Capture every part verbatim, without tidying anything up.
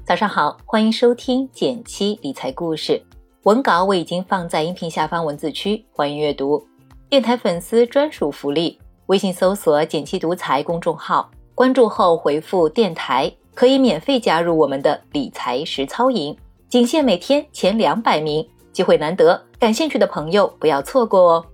早上好，欢迎收听减七理财故事，文稿我已经放在音频下方文字区，欢迎阅读。电台粉丝专属福利，微信搜索减七独裁公众号，关注后回复电台，可以免费加入我们的理财实操营，仅限每天前两百名，机会难得，感兴趣的朋友不要错过哦。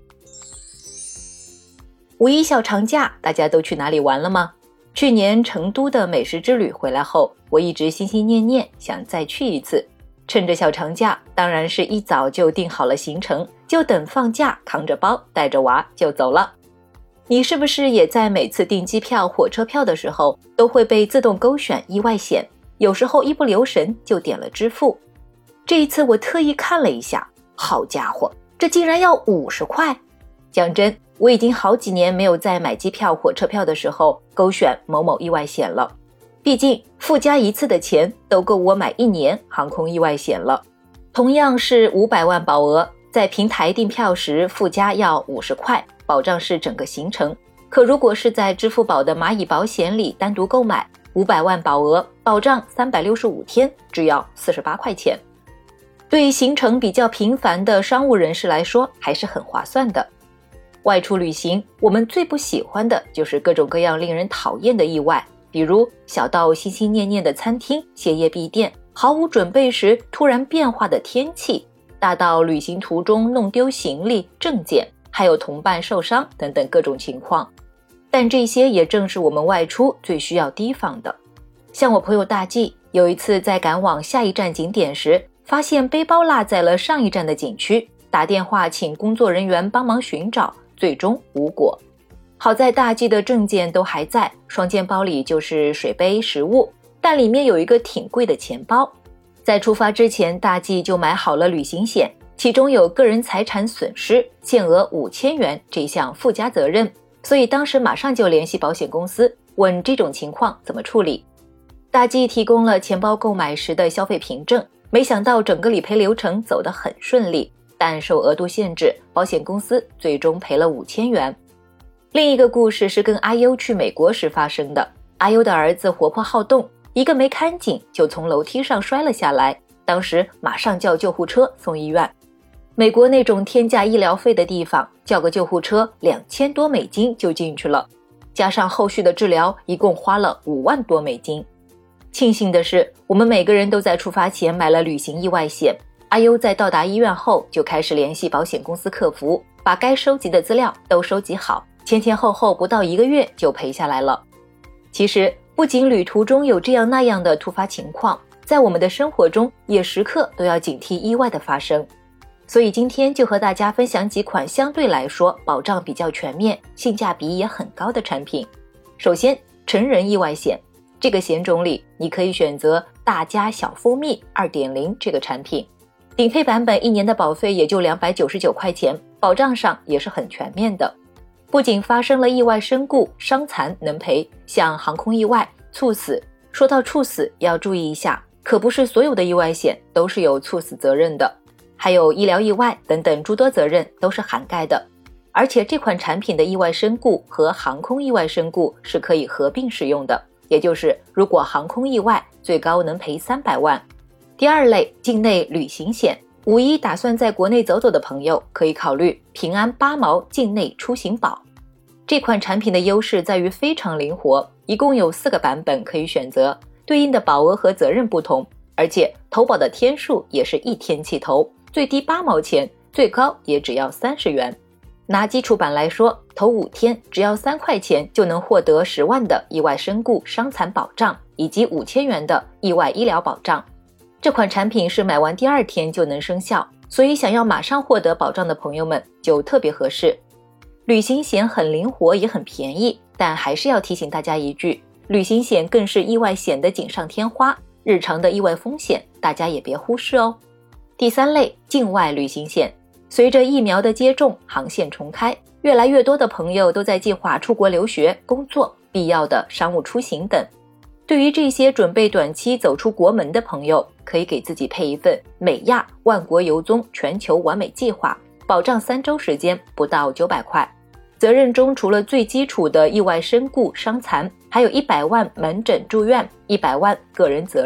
五一小长假，大家都去哪里玩了吗？去年成都的美食之旅回来后，我一直心心念念想再去一次。趁着小长假，当然是一早就定好了行程，就等放假扛着包带着娃就走了。你是不是也在每次订机票火车票的时候都会被自动勾选意外险，有时候一不留神就点了支付？这一次我特意看了一下，好家伙，这竟然要五十块！讲真，我已经好几年没有在买机票火车票的时候勾选某某意外险了，毕竟附加一次的钱都够我买一年航空意外险了。同样是五百万保额，在平台订票时附加要五十块，保障是整个行程。可如果是在支付宝的蚂蚁保险里单独购买，五百万保额，保障三百六十五天，只要四十八块钱。对行程比较频繁的商务人士来说，还是很划算的。外出旅行，我们最不喜欢的就是各种各样令人讨厌的意外，比如小到心心念念的餐厅歇业闭店，毫无准备时突然变化的天气，大到旅行途中弄丢行李、证件，还有同伴受伤等等各种情况。但这些也正是我们外出最需要提防的。像我朋友大 G 有一次在赶往下一站景点时，发现背包落在了上一站的景区，打电话请工作人员帮忙寻找，最终无果。好在大 G 的证件都还在，双肩包里就是水杯、食物，但里面有一个挺贵的钱包。在出发之前，大 G 就买好了旅行险，其中有个人财产损失限额五千元这项附加责任，所以当时马上就联系保险公司，问这种情况怎么处理。大 G 提供了钱包购买时的消费凭证，没想到整个理赔流程走得很顺利，但受额度限制，保险公司最终赔了五千元。另一个故事是跟阿优去美国时发生的。阿优的儿子活泼好动，一个没看紧就从楼梯上摔了下来，当时马上叫救护车送医院。美国那种天价医疗费的地方，叫个救护车两千多美金就进去了，加上后续的治疗，一共花了五万多美金。庆幸的是，我们每个人都在出发前买了旅行意外险。阿优在到达医院后就开始联系保险公司客服，把该收集的资料都收集好，前前后后不到一个月就赔下来了。其实不仅旅途中有这样那样的突发情况，在我们的生活中也时刻都要警惕意外的发生。所以今天就和大家分享几款相对来说保障比较全面、性价比也很高的产品。首先，成人意外险，这个险种里你可以选择大家小蜂蜜 二点零 这个产品，顶配版本一年的保费也就两百九十九块钱，保障上也是很全面的。不仅发生了意外身故、伤残能赔，像航空意外、猝死，说到猝死要注意一下，可不是所有的意外险都是有猝死责任的，还有医疗意外等等诸多责任都是涵盖的。而且这款产品的意外身故和航空意外身故是可以合并使用的，也就是如果航空意外最高能赔三百万。第二类，境内旅行险，五一打算在国内走走的朋友可以考虑平安八毛境内出行保。这款产品的优势在于非常灵活，一共有四个版本可以选择，对应的保额和责任不同，而且投保的天数也是一天起投，最低八毛钱，最高也只要三十元。拿基础版来说，投五天只要三块钱就能获得十万的意外身故伤残保障，以及五千元的意外医疗保障。这款产品是买完第二天就能生效，所以想要马上获得保障的朋友们就特别合适。旅行险很灵活也很便宜，但还是要提醒大家一句，旅行险更是意外险的锦上添花，日常的意外风险大家也别忽视哦。第三类，境外旅行险，随着疫苗的接种，航线重开，越来越多的朋友都在计划出国留学、工作、必要的商务出行等。对于这些准备短期走出国门的朋友，可以给自己配一份美亚万国游踪全球完美计划，保障三周时间，不到九百块。责任中除了最基础的意外身故伤残，还有一百万门诊住院，一百万个人责任，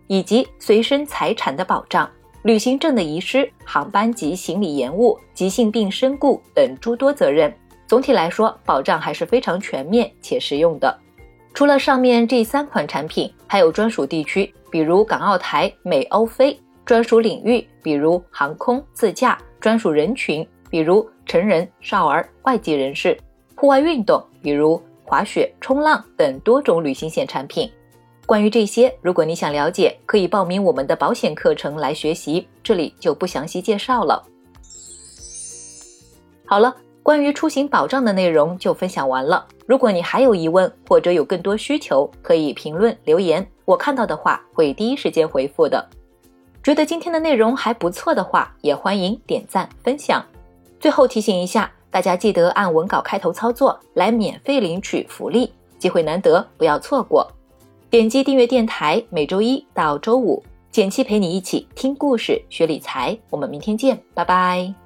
以及随身财产的保障、旅行证的遗失、航班及行李延误、急性病身故等诸多责任。总体来说，保障还是非常全面且实用的。除了上面这三款产品，还有专属地区，比如港澳台、美欧非；专属领域，比如航空、自驾；专属人群，比如成人、少儿、外籍人士；户外运动，比如滑雪、冲浪等多种旅行险产品。关于这些，如果你想了解，可以报名我们的保险课程来学习，这里就不详细介绍了。好了，关于出行保障的内容就分享完了。如果你还有疑问或者有更多需求，可以评论留言，我看到的话会第一时间回复的。觉得今天的内容还不错的话，也欢迎点赞分享。最后提醒一下，大家记得按文稿开头操作来免费领取福利，机会难得，不要错过。点击订阅电台，每周一到周五，简七陪你一起听故事学理财，我们明天见，拜拜。